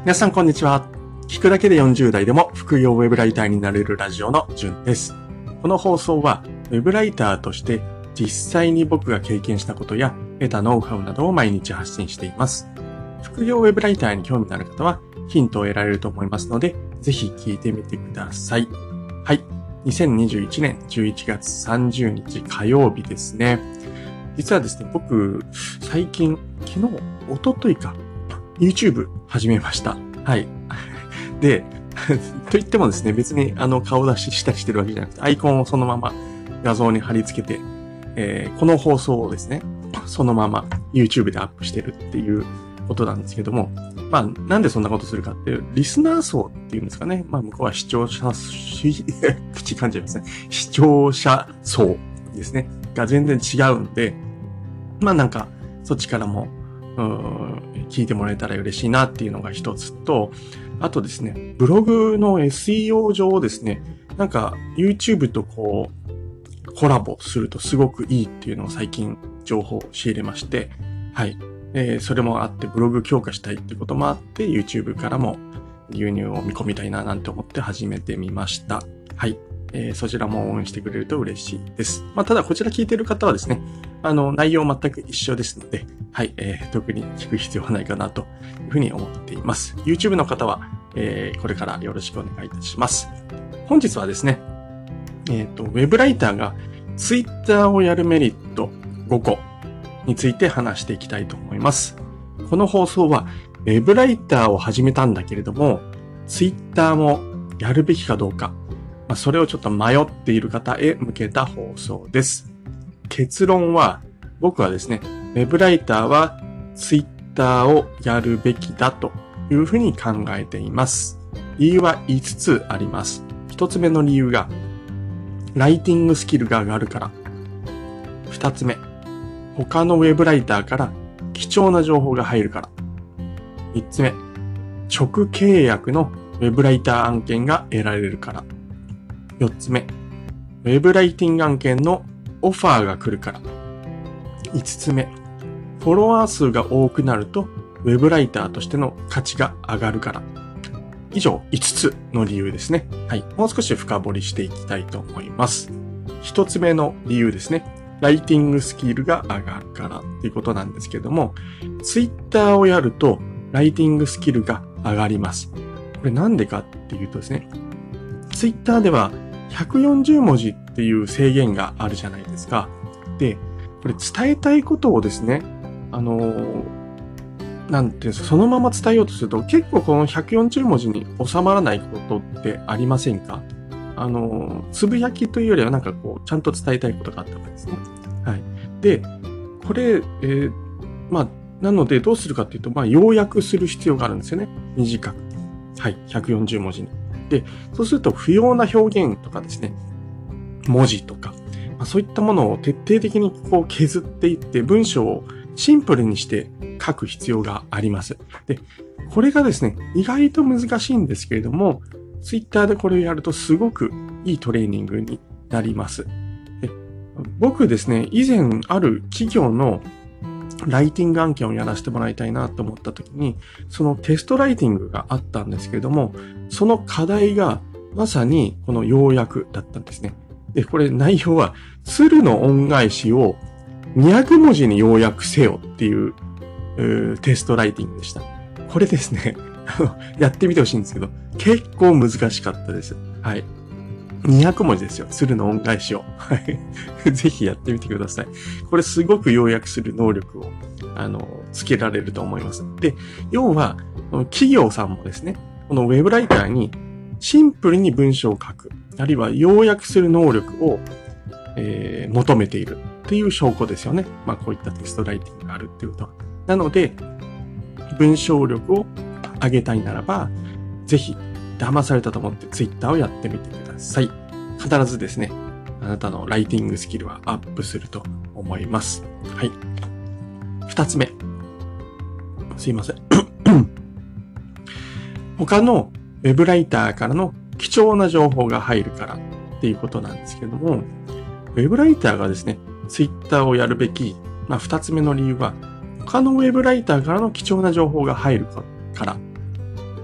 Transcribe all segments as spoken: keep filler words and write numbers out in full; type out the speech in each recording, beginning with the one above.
皆さんこんにちは。聞くだけでよんじゅう代でも副業ウェブライターになれるラジオのじゅんです。この放送はウェブライターとして実際に僕が経験したことや得たノウハウなどを毎日発信しています。副業ウェブライターに興味のある方はヒントを得られると思いますので、ぜひ聞いてみてください。はい。にせんにじゅういちねんじゅういちがつさんじゅうにち火曜日ですね。実はですね、僕、最近、昨日、一昨日か、YouTube 始めました。はい。で、と言ってもですね、別にあの顔出ししたりしてるわけじゃなくて、アイコンをそのまま画像に貼り付けて、えー、この放送をですね、そのまま YouTube でアップしてるっていうことなんですけども、まあ、なんでそんなことするかっていう、リスナー層っていうんですかね。まあ、向こうは視聴者、口噛んじゃいますね。視聴者層ですね。が全然違うんで、まあなんか、そっちからも、うーん、聞いてもらえたら嬉しいなっていうのが一つと、あとですね、ブログの エスイーオー 上ですね、なんか YouTube とこう、コラボするとすごくいいっていうのを最近情報を仕入れまして、はい。えー、それもあってブログ強化したいってこともあって YouTube からも流入を見込みたいななんて思って始めてみました。はい。えー、そちらも応援してくれると嬉しいです。まあ、ただこちら聞いている方はですね、あの、内容全く一緒ですので、はい、えー、特に聞く必要はないかなというふうに思っています。YouTube の方は、えー、これからよろしくお願いいたします。本日はですね、えっと、ウェブライターが Twitter をやるメリットごこについて話していきたいと思います。この放送は、ウェブライターを始めたんだけれども、Twitter もやるべきかどうか、まあ、それをちょっと迷っている方へ向けた放送です。結論は、僕はですね、ウェブライターは Twitter をやるべきだというふうに考えています。理由はいつつあります。一つ目の理由が、ライティングスキルが上がるから。二つ目、他のウェブライターから貴重な情報が入るから。三つ目、直契約のウェブライター案件が得られるから。四つ目、ウェブライティング案件のオファーが来るから。五つ目、フォロワー数が多くなるとウェブライターとしての価値が上がるから。以上五つの理由ですね。はい。もう少し深掘りしていきたいと思います。一つ目の理由ですね。ライティングスキルが上がるからっていうことなんですけども、ツイッターをやるとライティングスキルが上がります。これなんでかっていうとですね、ツイッターではひゃくよんじゅうもじっていう制限があるじゃないですか。で、これ伝えたいことをですね、あのー、なんていうんですか、そのまま伝えようとすると結構このひゃくよんじゅうもじに収まらないことってありませんか？あのー、つぶやきというよりはなんかこう、ちゃんと伝えたいことがあったからですね。はい。で、これ、えー、まあ、なのでどうするかっていうと、まあ、要約する必要があるんですよね。短く。はい。ひゃくよんじゅうもじに。で、そうすると不要な表現とかですね、文字とか、まあ、そういったものを徹底的にこう削っていって文章をシンプルにして書く必要があります。で、これがですね、意外と難しいんですけれども、ツイッターでこれをやるとすごくいいトレーニングになります。で、僕ですね、以前ある企業のライティング案件をやらせてもらいたいなと思った時に、そのテストライティングがあったんですけれども、その課題がまさにこの要約だったんですね。で、これ内容は鶴の恩返しをにひゃくもじに要約せよっていう、うテストライティングでした。これですね、やってみてほしいんですけど、結構難しかったです。はい。にひゃくもじですよ。鶴の恩返しを。はい。ぜひやってみてください。これすごく要約する能力を、あの、つけられると思います。で、要は、企業さんもですね、このウェブライターにシンプルに文章を書く、あるいは要約する能力を、えー、求めているっていう証拠ですよね。まあ、こういったテストライティングがあるっていうことは。なので、文章力を上げたいならば、ぜひ、騙されたと思ってツイッターをやってみてください。必ずですね、あなたのライティングスキルはアップすると思います。はい。二つ目。すいません。他のウェブライターからの貴重な情報が入るからっていうことなんですけれども、ウェブライターがですね、ツイッターをやるべき、まあ二つ目の理由は、他のウェブライターからの貴重な情報が入るから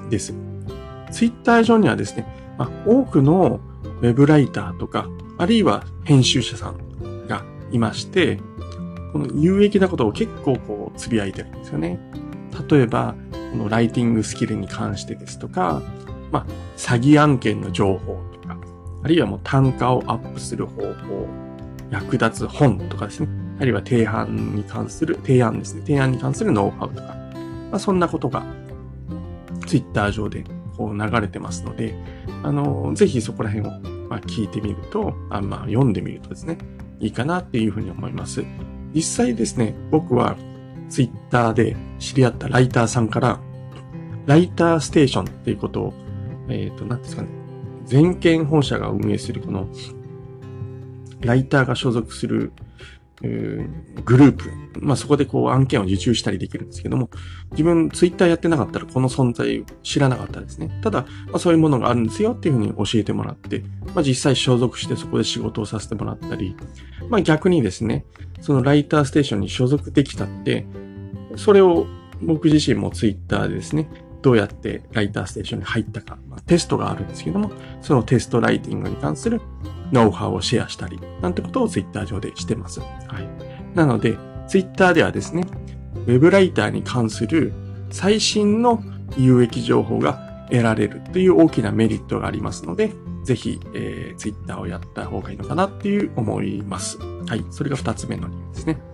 です。ツイッター上にはですね、まあ、多くのウェブライターとか、あるいは編集者さんがいまして、この有益なことを結構こう、つぶやいてるんですよね。例えば、このライティングスキルに関してですとか、まあ、詐欺案件の情報とか、あるいはもう単価をアップする方法、役立つ本とかですね、あるいは提案に関する、提案ですね、提案に関するノウハウとか、まあ、そんなことがツイッター上でこう流れてますので、あの、ぜひそこら辺をまあ聞いてみると、あまあ読んでみるとですね、いいかなっていうふうに思います。実際ですね、僕はツイッターで知り合ったライターさんから、ライターステーションっていうことを、えっと、なんですかね、全県本社が運営するこの、ライターが所属する、グループ。まあ、そこでこう案件を受注したりできるんですけども、自分ツイッターやってなかったらこの存在知らなかったですね。ただ、まあ、そういうものがあるんですよっていうふうに教えてもらって、まあ、実際所属してそこで仕事をさせてもらったり、まあ、逆にですね、そのライターステーションに所属できたって、それを僕自身もツイッターでですね、どうやってライターステーションに入ったか、まあ、テストがあるんですけども、そのテストライティングに関するノウハウをシェアしたり、なんてことをツイッター上でしてます。はい。なので、ツイッターではですね、ウェブライターに関する最新の有益情報が得られるという大きなメリットがありますので、ぜひ、えー、ツイッターをやった方がいいのかなっていう思います。はい。それが二つ目の理由ですね。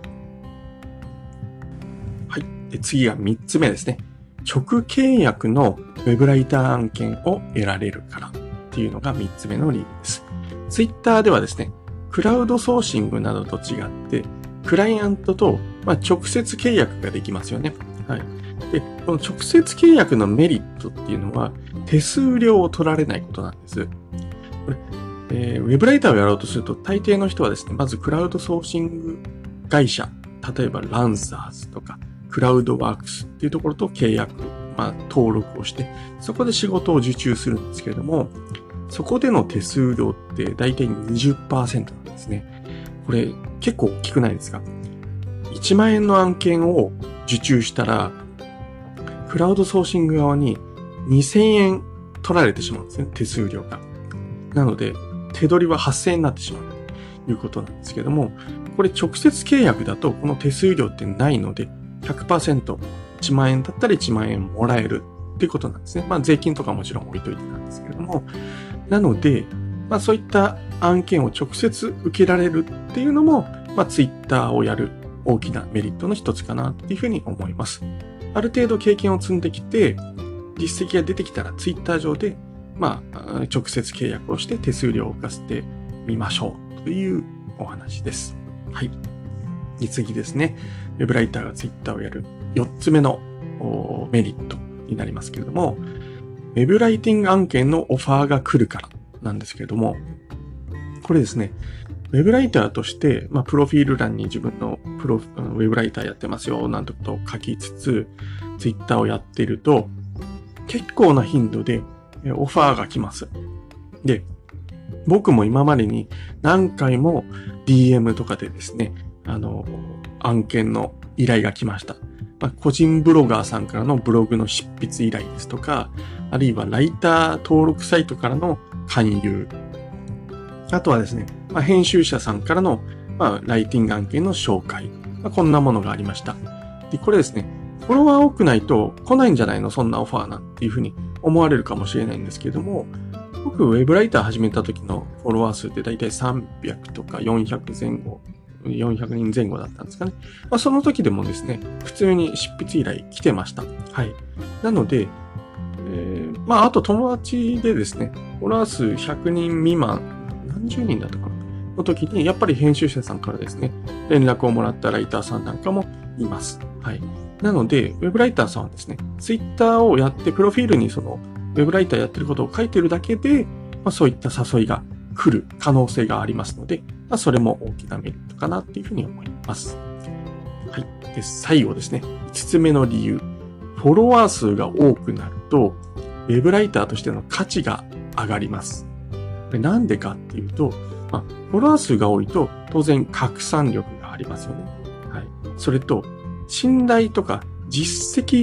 はい。で、次が三つ目ですね。直契約のウェブライター案件を得られるからっていうのが三つ目の理由です。ツイッターではですね、クラウドソーシングなどと違って、クライアントと、まあ、直接契約ができますよね。はい。で、この直接契約のメリットっていうのは、手数料を取られないことなんです。これ、えー、ウェブライターをやろうとすると、大抵の人はですね、まずクラウドソーシング会社、例えばランサーズとか、クラウドワークスっていうところと契約、まあ、登録をして、そこで仕事を受注するんですけれども、そこでの手数料ってだいたい にじゅっパーセント なんですね。これ結構大きくないですか？いちまんえんの案件を受注したら、クラウドソーシング側ににせんえん取られてしまうんですね、手数料が。なので、手取りははっせんえんになってしまうということなんですけども、これ直接契約だとこの手数料ってないので、ひゃくパーセント、いちまんえんだったらいちまんえんもらえるっていうことなんですね。まあ税金とかもちろん置いといてなんですけれども、なので、まあそういった案件を直接受けられるっていうのも、まあツイッターをやる大きなメリットの一つかなっていうふうに思います。ある程度経験を積んできて、実績が出てきたらツイッター上で、まあ直接契約をして手数料を浮かせてみましょうというお話です。はい。で次ですね。ウェブライターがツイッターをやるよっつめのメリットになりますけれども、ウェブライティング案件のオファーが来るからなんですけれども、これですね、ウェブライターとして、まあ、プロフィール欄に自分のプロ、ウェブライターやってますよ、なんてことを書きつつ、ツイッターをやっていると、結構な頻度でオファーが来ます。で、僕も今までに何回も ディーエム とかでですね、あの、案件の依頼が来ました。まあ、個人ブロガーさんからのブログの執筆依頼ですとか、あるいはライター登録サイトからの勧誘。あとはですね、まあ、編集者さんからの、まあ、ライティング案件の紹介。まあ、こんなものがありました。で、これですね、フォロワー多くないと来ないんじゃないのそんなオファーなんていうふうに思われるかもしれないんですけれども、僕、ウェブライター始めた時のフォロワー数ってだいたいさんびゃくとかよんひゃくぜん後。よんひゃくにんぜん後だったんですかね。まあ、その時でもですね、普通に執筆依頼来てました。はい。なので、えー、まあ、あと友達でですね、フォロワー数ひゃくにん未満、何十人だったかなの時に、やっぱり編集者さんからですね、連絡をもらったライターさんなんかもいます。はい。なので、ウェブライターさんはですね、ツイッターをやって、プロフィールにその、ウェブライターやってることを書いてるだけで、まあ、そういった誘いが来る可能性がありますので、まあ、それも大きなメリットかなっていうふうに思います。はい。で、最後ですね。いつつめの理由。フォロワー数が多くなると、ウェブライターとしての価値が上がります。これなんでかっていうと、まあ、フォロワー数が多いと、当然拡散力がありますよね。はい。それと、信頼とか実績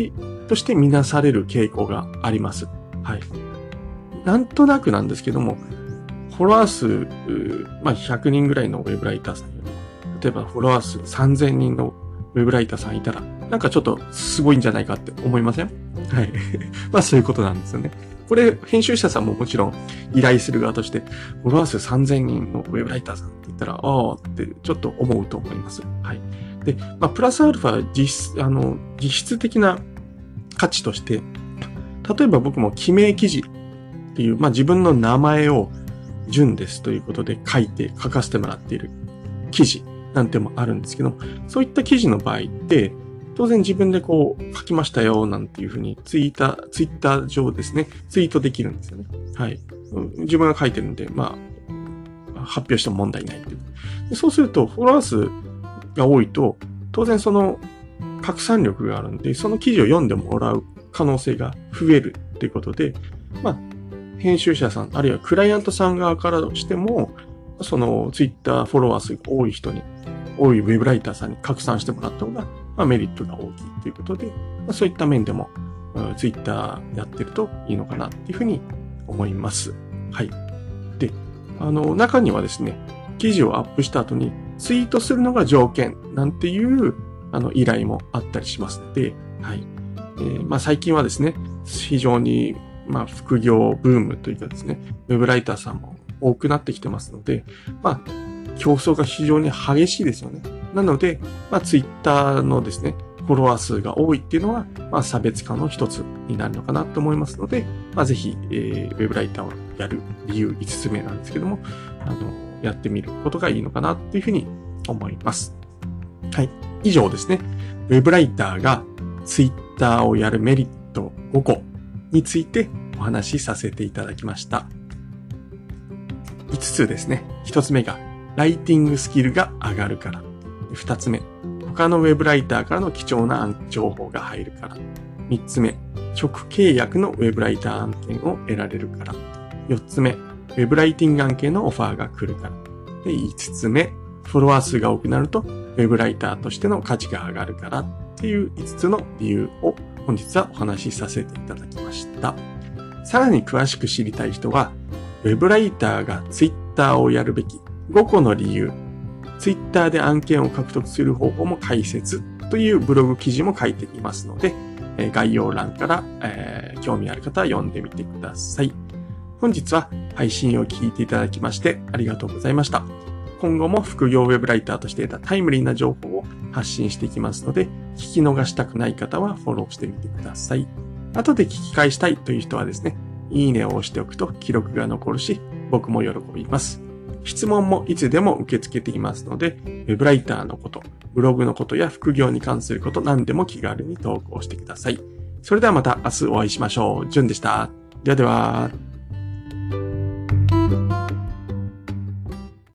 としてみなされる傾向があります。はい。なんとなくなんですけども、フォロワー数、まあ、ひゃくにんぐらいのウェブライターさんよりも、例えばフォロワー数さんぜんにんのウェブライターさんいたら、なんかちょっとすごいんじゃないかって思いません？はい。まあそういうことなんですよね。これ、編集者さんももちろん依頼する側として、フォロワー数さんぜんにんのウェブライターさんって言ったら、ああってちょっと思うと思います。はい。で、まあ、プラスアルファ実、あの、実質的な価値として、例えば僕も記名記事っていう、まあ自分の名前を純ですということで書いて書かせてもらっている記事なんてもあるんですけど、そういった記事の場合って、当然自分でこう書きましたよなんていうふうにツイッター、ツイッター上ですね、ツイートできるんですよね。はい。自分が書いてるんで、まあ、発表しても問題ないっていう。でそうすると、フォロワー数が多いと、当然その拡散力があるんで、その記事を読んでもらう可能性が増えるっていうことで、まあ、編集者さん、あるいはクライアントさん側からしても、そのツイッターフォロワー数が多い人に、多いウェブライターさんに拡散してもらった方が、まあ、メリットが大きいということで、まあ、そういった面でも、ツイッターやってるといいのかなっていうふうに思います。はい。で、あの、中にはですね、記事をアップした後にツイートするのが条件なんていう、あの、依頼もあったりしますので、はい。えー、まあ、最近はですね、非常に、まあ、副業ブームというかですね、ウェブライターさんも多くなってきてますので、まあ、競争が非常に激しいですよね。なので、まあ、ツイッターのですね、フォロワー数が多いっていうのは、まあ、差別化の一つになるのかなと思いますので、まあ、ぜひ、えー、ウェブライターをやる理由いつつめなんですけども、あの、やってみることがいいのかなっていうふうに思います。はい。以上ですね、ウェブライターがツイッターをやるメリットごこについてお話しさせていただきました。いつつですね。ひとつめが、ライティングスキルが上がるから。ふたつめ、他のウェブライターからの貴重な情報が入るから。みっつめ、直契約のウェブライター案件を得られるから。よっつめ、ウェブライティング案件のオファーが来るから。で、いつつめ、フォロワー数が多くなると、ウェブライターとしての価値が上がるからっていういつつの理由を本日はお話しさせていただきました。さらに詳しく知りたい人は、ウェブライターがツイッターをやるべきごこの理由、ツイッターで案件を獲得する方法も解説というブログ記事も書いていますので、概要欄から、えー、興味ある方は読んでみてください。本日は配信を聞いていただきましてありがとうございました。今後も副業ウェブライターとして得たタイムリーな情報を発信していきますので、聞き逃したくない方はフォローしてみてください。後で聞き返したいという人はですね、いいねを押しておくと記録が残るし、僕も喜びます。質問もいつでも受け付けていますので、ウェブライターのこと、ブログのことや副業に関すること何でも気軽に投稿してください。それではまた明日お会いしましょう。じゅんでした。ではでは。